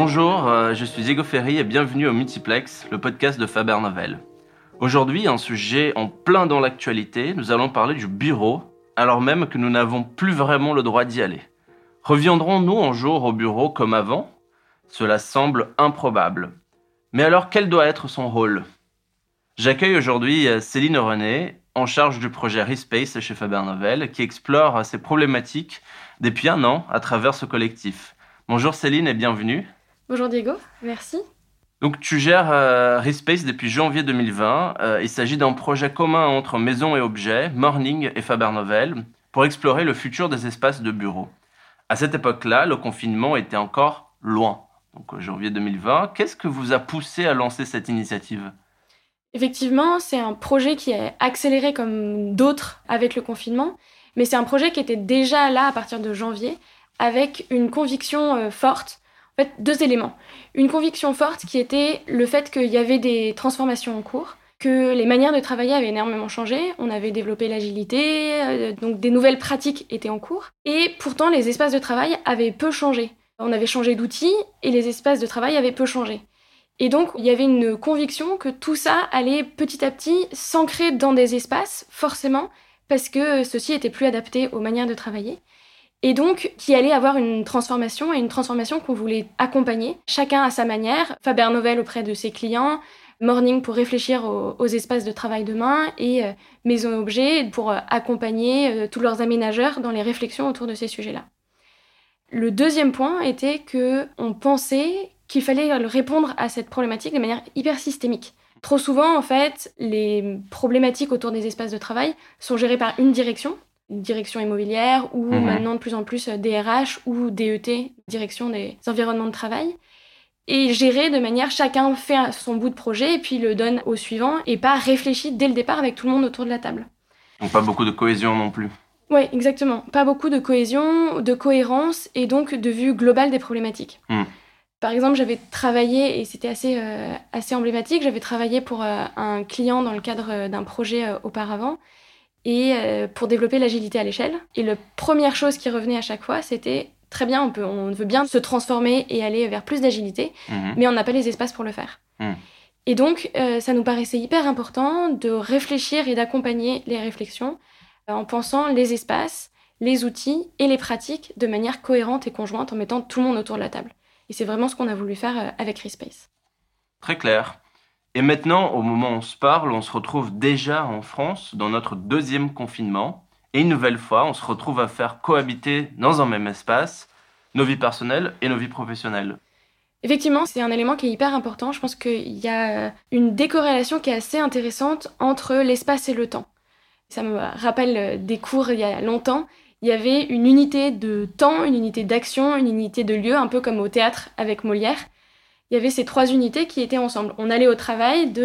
Bonjour, je suis Diego Ferry et bienvenue au Multiplex, le podcast de Faber Novel. Aujourd'hui, un sujet en plein dans l'actualité, nous allons parler du bureau, alors même que nous n'avons plus vraiment le droit d'y aller. Reviendrons-nous un jour au bureau comme avant ? Cela semble improbable. Mais alors, quel doit être son rôle ? J'accueille aujourd'hui Céline René, en charge du projet Respace chez Faber Novel, qui explore ces problématiques depuis un an à travers ce collectif. Bonjour Céline et bienvenue. Bonjour Diego, merci. Donc tu gères Respace depuis janvier 2020. Il s'agit d'un projet commun entre Maison et Objets, Morning et Faber Novel, pour explorer le futur des espaces de bureau. À cette époque-là, le confinement était encore loin. Donc janvier 2020, qu'est-ce que vous a poussé à lancer cette initiative ? Effectivement, c'est un projet qui est accéléré comme d'autres avec le confinement, mais c'est un projet qui était déjà là à partir de janvier, avec une conviction forte. En fait, deux éléments. Une conviction forte qui était le fait qu'il y avait des transformations en cours, que les manières de travailler avaient énormément changé, on avait développé l'agilité, donc des nouvelles pratiques étaient en cours, et pourtant les espaces de travail avaient peu changé. On avait changé d'outils et les espaces de travail avaient peu changé. Et donc, il y avait une conviction que tout ça allait petit à petit s'ancrer dans des espaces, forcément, parce que ceux-ci étaient plus adaptés aux manières de travailler. Et donc, qu'il allait avoir une transformation, et une transformation qu'on voulait accompagner, chacun à sa manière, Faber Novel auprès de ses clients, Morning pour réfléchir aux espaces de travail demain, et Maison Objet pour accompagner tous leurs aménageurs dans les réflexions autour de ces sujets-là. Le deuxième point était qu'on pensait qu'il fallait répondre à cette problématique de manière hyper systémique. Trop souvent, en fait, les problématiques autour des espaces de travail sont gérées par une direction immobilière ou maintenant de plus en plus DRH ou DET, direction des environnements de travail, et gérées de manière chacun fait son bout de projet et puis le donne au suivant et pas réfléchi dès le départ avec tout le monde autour de la table. Donc pas beaucoup de cohésion non plus. Oui, exactement. Pas beaucoup de cohésion, de cohérence et donc de vue globale des problématiques. Par exemple, j'avais travaillé, et c'était assez emblématique, j'avais travaillé pour un client dans le cadre d'un projet auparavant, et pour développer l'agilité à l'échelle. Et la première chose qui revenait à chaque fois, c'était très bien, on veut bien se transformer et aller vers plus d'agilité, mais on n'a pas les espaces pour le faire. Et donc, ça nous paraissait hyper important de réfléchir et d'accompagner les réflexions en pensant les espaces, les outils et les pratiques de manière cohérente et conjointe en mettant tout le monde autour de la table. Et c'est vraiment ce qu'on a voulu faire avec Respace. Très clair. Et maintenant, au moment où on se parle, on se retrouve déjà en France dans notre deuxième confinement. Et une nouvelle fois, on se retrouve à faire cohabiter dans un même espace nos vies personnelles et nos vies professionnelles. Effectivement, c'est un élément qui est hyper important. Je pense qu'il y a une décorrélation qui est assez intéressante entre l'espace et le temps. Ça me rappelle des cours il y a longtemps. Il y avait une unité de temps, une unité d'action, une unité de lieu, un peu comme au théâtre avec Molière. Il y avait ces trois unités qui étaient ensemble. On allait au travail de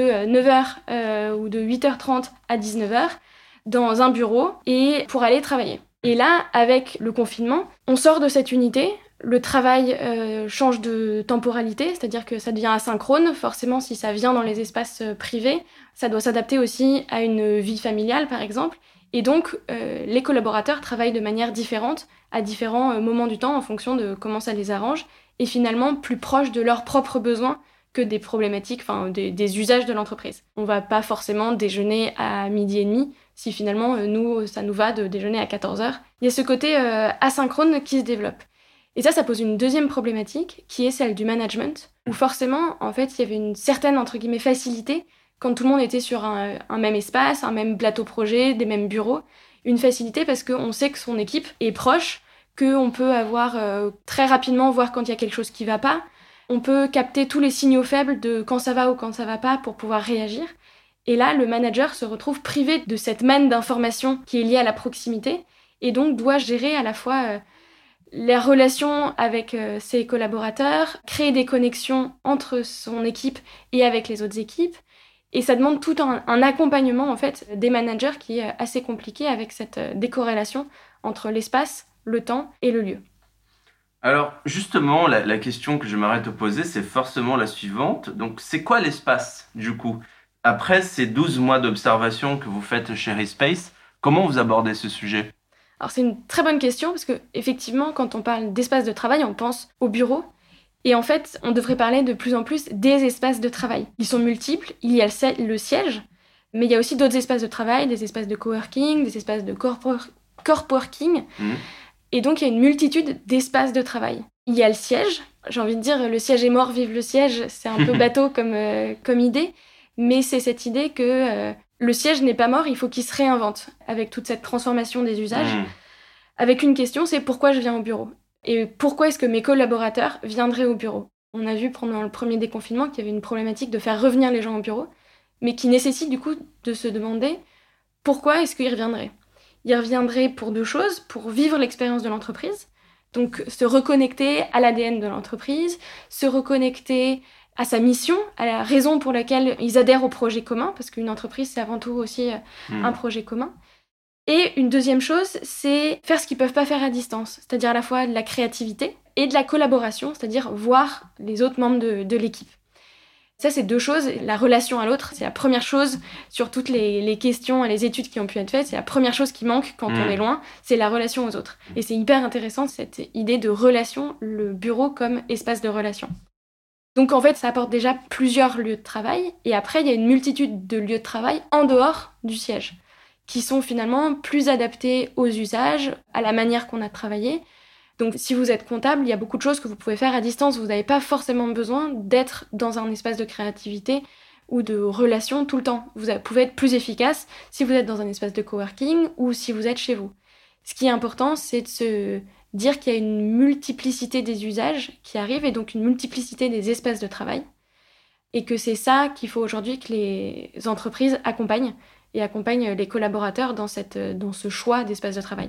9h ou de 8h30 à 19h dans un bureau et pour aller travailler. Et là, avec le confinement, on sort de cette unité. Le travail change de temporalité, c'est-à-dire que ça devient asynchrone. Forcément, si ça vient dans les espaces privés, ça doit s'adapter aussi à une vie familiale, par exemple. Et donc, les collaborateurs travaillent de manière différente à différents moments du temps en fonction de comment ça les arrange et finalement plus proches de leurs propres besoins que des problématiques, des usages de l'entreprise. On ne va pas forcément déjeuner à 12h30 si finalement, ça nous va de déjeuner à 14h. Il y a ce côté asynchrone qui se développe. Et ça pose une deuxième problématique qui est celle du management, où forcément, en fait, il y avait une certaine, entre guillemets, facilité quand tout le monde était sur un même espace, un même plateau projet, des mêmes bureaux. Une facilité parce qu'on sait que son équipe est proche, qu'on peut avoir très rapidement voir quand il y a quelque chose qui ne va pas. On peut capter tous les signaux faibles de quand ça va ou quand ça ne va pas pour pouvoir réagir. Et là, le manager se retrouve privé de cette manne d'informations qui est liée à la proximité et donc doit gérer à la fois les relations avec ses collaborateurs, créer des connexions entre son équipe et avec les autres équipes. Et ça demande tout un accompagnement en fait, des managers qui est assez compliqué avec cette décorrélation entre l'espace, le temps et le lieu. Alors justement, la question que j'aimerais te poser, c'est forcément la suivante. Donc c'est quoi l'espace du coup ? Après ces 12 mois d'observation que vous faites chez Respace, comment vous abordez ce sujet ? Alors c'est une très bonne question parce que effectivement, quand on parle d'espace de travail, on pense au bureau. Et en fait, on devrait parler de plus en plus des espaces de travail. Ils sont multiples, il y a le siège, mais il y a aussi d'autres espaces de travail, des espaces de coworking, des espaces de corpworking. Et donc, il y a une multitude d'espaces de travail. Il y a le siège. J'ai envie de dire, le siège est mort, vive le siège. C'est un peu bateau comme idée. Mais c'est cette idée que le siège n'est pas mort, il faut qu'il se réinvente. Avec toute cette transformation des usages. Avec une question, c'est pourquoi je viens au bureau ? Et pourquoi est-ce que mes collaborateurs viendraient au bureau ? On a vu pendant le premier déconfinement qu'il y avait une problématique de faire revenir les gens au bureau, mais qui nécessite du coup de se demander pourquoi est-ce qu'ils reviendraient ? Ils reviendraient pour deux choses, pour vivre l'expérience de l'entreprise, donc se reconnecter à l'ADN de l'entreprise, se reconnecter à sa mission, à la raison pour laquelle ils adhèrent au projet commun, parce qu'une entreprise, c'est avant tout aussi un projet commun. Et une deuxième chose, c'est faire ce qu'ils peuvent pas faire à distance, c'est-à-dire à la fois de la créativité et de la collaboration, c'est-à-dire voir les autres membres de l'équipe. Ça, c'est deux choses. La relation à l'autre, c'est la première chose sur toutes les questions et les études qui ont pu être faites. C'est la première chose qui manque quand on est loin, c'est la relation aux autres. Et c'est hyper intéressant, cette idée de relation, le bureau comme espace de relation. Donc en fait, ça apporte déjà plusieurs lieux de travail. Et après, il y a une multitude de lieux de travail en dehors du siège, qui sont finalement plus adaptés aux usages, à la manière qu'on a travaillé. Donc si vous êtes comptable, il y a beaucoup de choses que vous pouvez faire à distance. Vous n'avez pas forcément besoin d'être dans un espace de créativité ou de relation tout le temps. Vous pouvez être plus efficace si vous êtes dans un espace de coworking ou si vous êtes chez vous. Ce qui est important, c'est de se dire qu'il y a une multiplicité des usages qui arrivent et donc une multiplicité des espaces de travail. Et que c'est ça qu'il faut aujourd'hui que les entreprises accompagnent et accompagnent les collaborateurs dans ce choix d'espace de travail.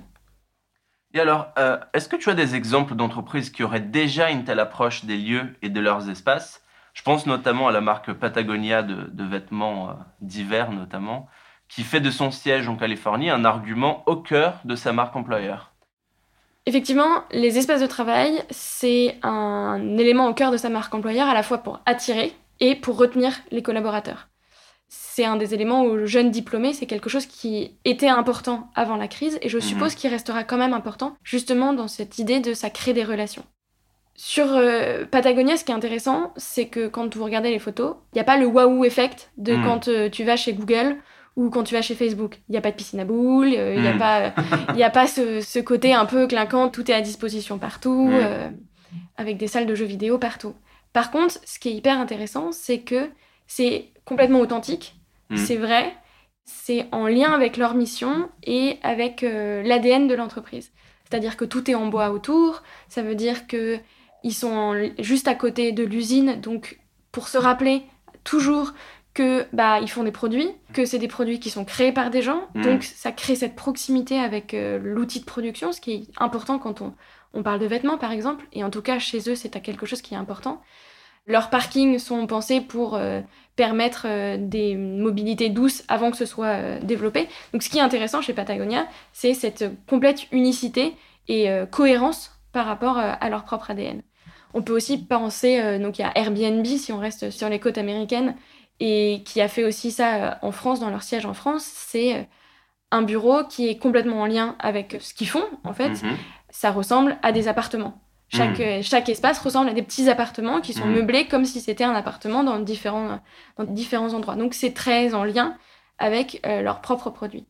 Et alors, est-ce que tu as des exemples d'entreprises qui auraient déjà une telle approche des lieux et de leurs espaces ? Je pense notamment à la marque Patagonia de vêtements d'hiver notamment, qui fait de son siège en Californie un argument au cœur de sa marque employeur. Effectivement, les espaces de travail, c'est un élément au cœur de sa marque employeur, à la fois pour attirer et pour retenir les collaborateurs. C'est un des éléments aux jeunes diplômés, c'est quelque chose qui était important avant la crise, et je suppose qu'il restera quand même important, justement dans cette idée de ça crée des relations. Sur Patagonia, ce qui est intéressant, c'est que quand vous regardez les photos, il n'y a pas le waouh effect de quand tu vas chez Google ou quand tu vas chez Facebook. Il n'y a pas de piscine à boules, il n'y a pas ce côté un peu clinquant, tout est à disposition partout, avec des salles de jeux vidéo partout. Par contre, ce qui est hyper intéressant, c'est que c'est complètement authentique, c'est vrai, c'est en lien avec leur mission et avec l'ADN de l'entreprise. C'est-à-dire que tout est en bois autour, ça veut dire qu'ils sont juste à côté de l'usine, donc pour se rappeler toujours que ils font des produits, que c'est des produits qui sont créés par des gens, donc ça crée cette proximité avec l'outil de production, ce qui est important quand on parle de vêtements par exemple, et en tout cas chez eux c'est quelque chose qui est important. Leurs parkings sont pensés pour permettre des mobilités douces avant que ce soit développé. Donc ce qui est intéressant chez Patagonia, c'est cette complète unicité et cohérence par rapport à leur propre ADN. On peut aussi penser, donc il y a Airbnb, si on reste sur les côtes américaines, et qui a fait aussi ça en France, dans leur siège en France. C'est un bureau qui est complètement en lien avec ce qu'ils font, en fait. Ça ressemble à des appartements. Chaque espace ressemble à des petits appartements qui sont meublés comme si c'était un appartement dans différents endroits. Donc c'est très en lien avec leurs propres produits.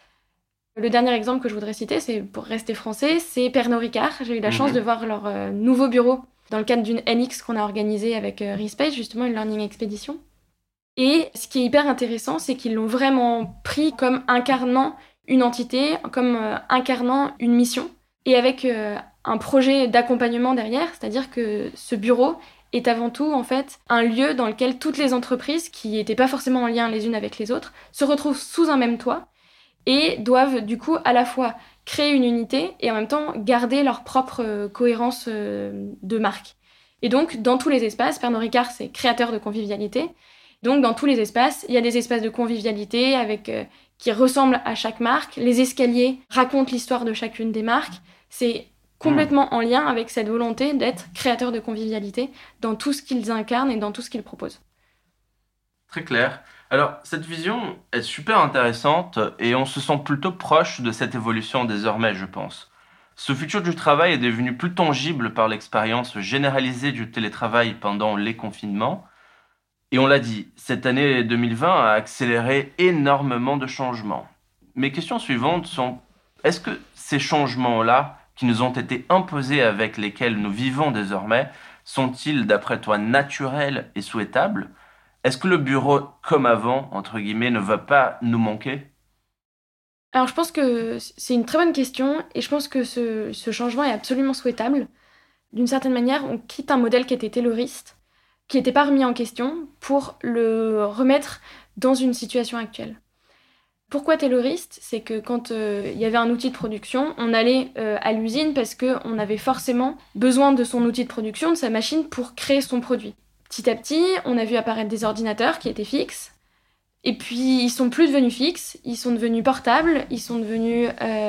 Le dernier exemple que je voudrais citer, c'est pour rester français, c'est Pernod Ricard. J'ai eu la chance de voir leur nouveau bureau dans le cadre d'une NX qu'on a organisée avec Respace, justement une learning expédition. Et ce qui est hyper intéressant, c'est qu'ils l'ont vraiment pris comme incarnant une entité, comme incarnant une mission, et avec un projet d'accompagnement derrière, c'est-à-dire que ce bureau est avant tout en fait un lieu dans lequel toutes les entreprises qui n'étaient pas forcément en lien les unes avec les autres se retrouvent sous un même toit et doivent du coup à la fois créer une unité et en même temps garder leur propre cohérence de marque. Et donc dans tous les espaces, Pernod Ricard c'est créateur de convivialité, donc dans tous les espaces, il y a des espaces de convivialité qui ressemblent à chaque marque, les escaliers racontent l'histoire de chacune des marques, c'est complètement en lien avec cette volonté d'être créateur de convivialité dans tout ce qu'ils incarnent et dans tout ce qu'ils proposent. Très clair. Alors, cette vision est super intéressante et on se sent plutôt proche de cette évolution désormais, je pense. Ce futur du travail est devenu plus tangible par l'expérience généralisée du télétravail pendant les confinements. Et on l'a dit, cette année 2020 a accéléré énormément de changements. Mes questions suivantes sont, est-ce que ces changements-là, qui nous ont été imposés avec lesquels nous vivons désormais, sont-ils, d'après toi, naturels et souhaitables? Est-ce que le bureau, comme avant, entre guillemets, ne va pas nous manquer? Alors je pense que c'est une très bonne question et je pense que ce changement est absolument souhaitable. D'une certaine manière, on quitte un modèle qui était tayloriste, qui n'était pas remis en question, pour le remettre dans une situation actuelle. Pourquoi tayloriste? C'est que quand il y avait un outil de production, on allait à l'usine parce qu'on avait forcément besoin de son outil de production, de sa machine, pour créer son produit. Petit à petit, on a vu apparaître des ordinateurs qui étaient fixes, et puis ils sont plus devenus fixes, ils sont devenus portables, ils sont devenus...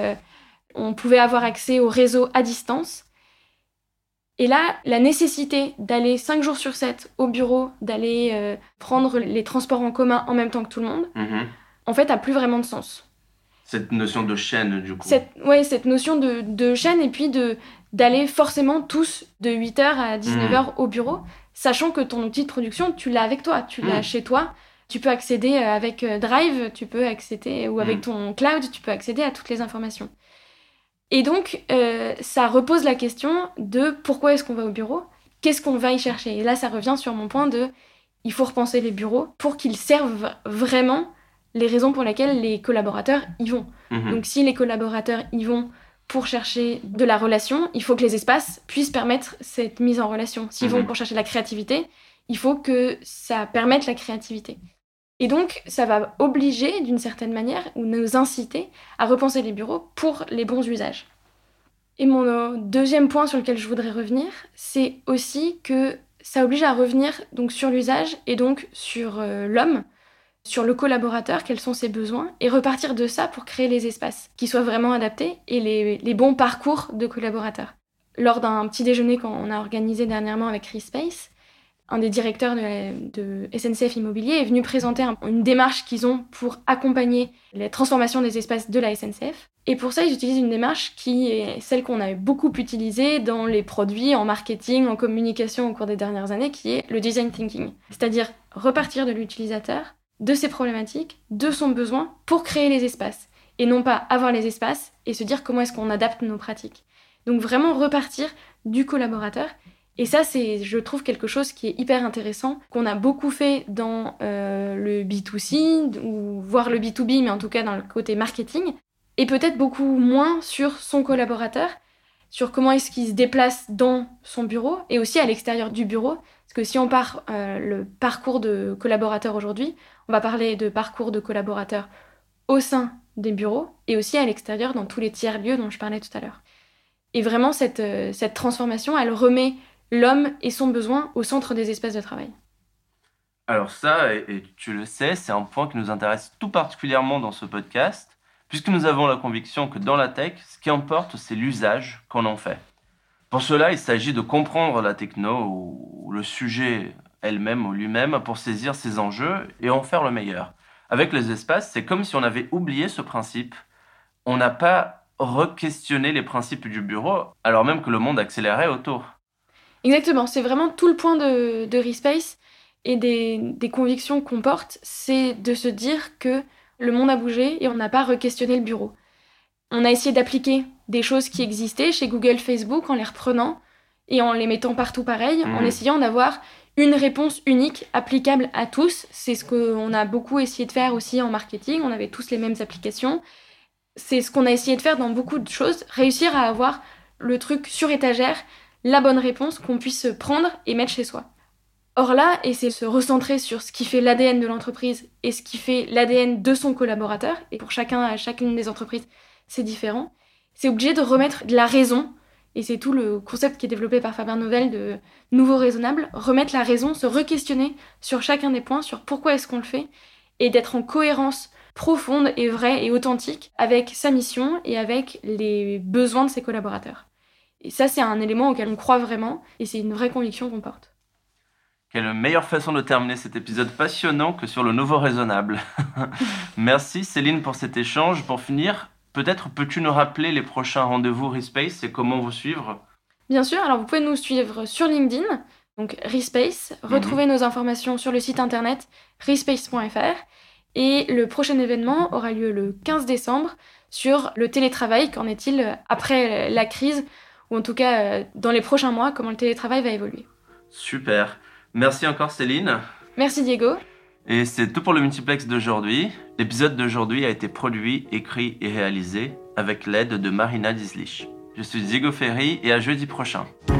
on pouvait avoir accès au réseau à distance. Et là, la nécessité d'aller 5 jours sur 7 au bureau, d'aller prendre les transports en commun en même temps que tout le monde, en fait, a plus vraiment de sens. Cette notion de chaîne, du coup. Cette notion de chaîne, et puis d'aller forcément tous de 8h à 19h au bureau, sachant que ton outil de production, tu l'as avec toi, tu l'as chez toi. Tu peux accéder avec Drive, tu peux accéder, ou avec ton cloud, tu peux accéder à toutes les informations. Et donc, ça repose la question de pourquoi est-ce qu'on va au bureau? Qu'est-ce qu'on va y chercher? Et là, ça revient sur mon point de il faut repenser les bureaux pour qu'ils servent vraiment les raisons pour lesquelles les collaborateurs y vont. Donc, si les collaborateurs y vont pour chercher de la relation, il faut que les espaces puissent permettre cette mise en relation. S'ils vont pour chercher de la créativité, il faut que ça permette la créativité. Et donc, ça va obliger, d'une certaine manière, ou nous inciter à repenser les bureaux pour les bons usages. Et mon deuxième point sur lequel je voudrais revenir, c'est aussi que ça oblige à revenir donc, sur l'usage et donc sur l'homme, sur le collaborateur, quels sont ses besoins, et repartir de ça pour créer les espaces qui soient vraiment adaptés et les bons parcours de collaborateurs. Lors d'un petit déjeuner qu'on a organisé dernièrement avec Respace, un des directeurs de SNCF Immobilier est venu présenter une démarche qu'ils ont pour accompagner la transformation des espaces de la SNCF. Et pour ça, ils utilisent une démarche qui est celle qu'on a beaucoup utilisée dans les produits, en marketing, en communication au cours des dernières années, qui est le design thinking. C'est-à-dire repartir de l'utilisateur, de ses problématiques, de son besoin pour créer les espaces. Et non pas avoir les espaces et se dire comment est-ce qu'on adapte nos pratiques. Donc vraiment repartir du collaborateur. Et ça, c'est, je trouve, quelque chose qui est hyper intéressant, qu'on a beaucoup fait dans le B2C, ou voire le B2B, mais en tout cas dans le côté marketing, et peut-être beaucoup moins sur son collaborateur, sur comment est-ce qu'il se déplace dans son bureau, et aussi à l'extérieur du bureau. Parce que si on part le parcours de collaborateur aujourd'hui, on va parler de parcours de collaborateur au sein des bureaux, et aussi à l'extérieur, dans tous les tiers-lieux dont je parlais tout à l'heure. Et vraiment, cette transformation, elle remet l'homme et son besoin au centre des espaces de travail. Alors ça, et tu le sais, c'est un point qui nous intéresse tout particulièrement dans ce podcast, puisque nous avons la conviction que dans la tech, ce qui importe, c'est l'usage qu'on en fait. Pour cela, il s'agit de comprendre la techno ou le sujet elle-même ou lui-même pour saisir ses enjeux et en faire le meilleur. Avec les espaces, c'est comme si on avait oublié ce principe. On n'a pas re-questionné les principes du bureau, alors même que le monde accélérait autour. Exactement, c'est vraiment tout le point de Respace et des convictions qu'on porte, c'est de se dire que le monde a bougé et on n'a pas re-questionné le bureau. On a essayé d'appliquer des choses qui existaient chez Google, Facebook en les reprenant et en les mettant partout pareil, en essayant d'avoir une réponse unique, applicable à tous. C'est ce qu'on a beaucoup essayé de faire aussi en marketing, on avait tous les mêmes applications. C'est ce qu'on a essayé de faire dans beaucoup de choses, réussir à avoir le truc sur étagère, la bonne réponse qu'on puisse prendre et mettre chez soi. Or là, et c'est se recentrer sur ce qui fait l'ADN de l'entreprise et ce qui fait l'ADN de son collaborateur, et pour chacune des entreprises, c'est différent, c'est obligé de remettre de la raison, et c'est tout le concept qui est développé par Fabien Novel de nouveau raisonnable, remettre la raison, se re-questionner sur chacun des points, sur pourquoi est-ce qu'on le fait, et d'être en cohérence profonde et vraie et authentique avec sa mission et avec les besoins de ses collaborateurs. Et ça, c'est un élément auquel on croit vraiment, et c'est une vraie conviction qu'on porte. Quelle meilleure façon de terminer cet épisode passionnant que sur le nouveau raisonnable. Merci Céline pour cet échange. Pour finir, Peut-être peux-tu nous rappeler les prochains rendez-vous Respace et comment vous suivre? Bien sûr, alors vous pouvez nous suivre sur LinkedIn, donc Respace, retrouver nos informations sur le site internet respace.fr, et le prochain événement aura lieu le 15 décembre sur le télétravail. Qu'en est-il après la crise, ou en tout cas dans les prochains mois, comment le télétravail va évoluer. Super. Merci encore Céline. Merci Diego. Et c'est tout pour le multiplex d'aujourd'hui. L'épisode d'aujourd'hui a été produit, écrit et réalisé avec l'aide de Marina Dislich. Je suis Diego Ferry et à jeudi prochain.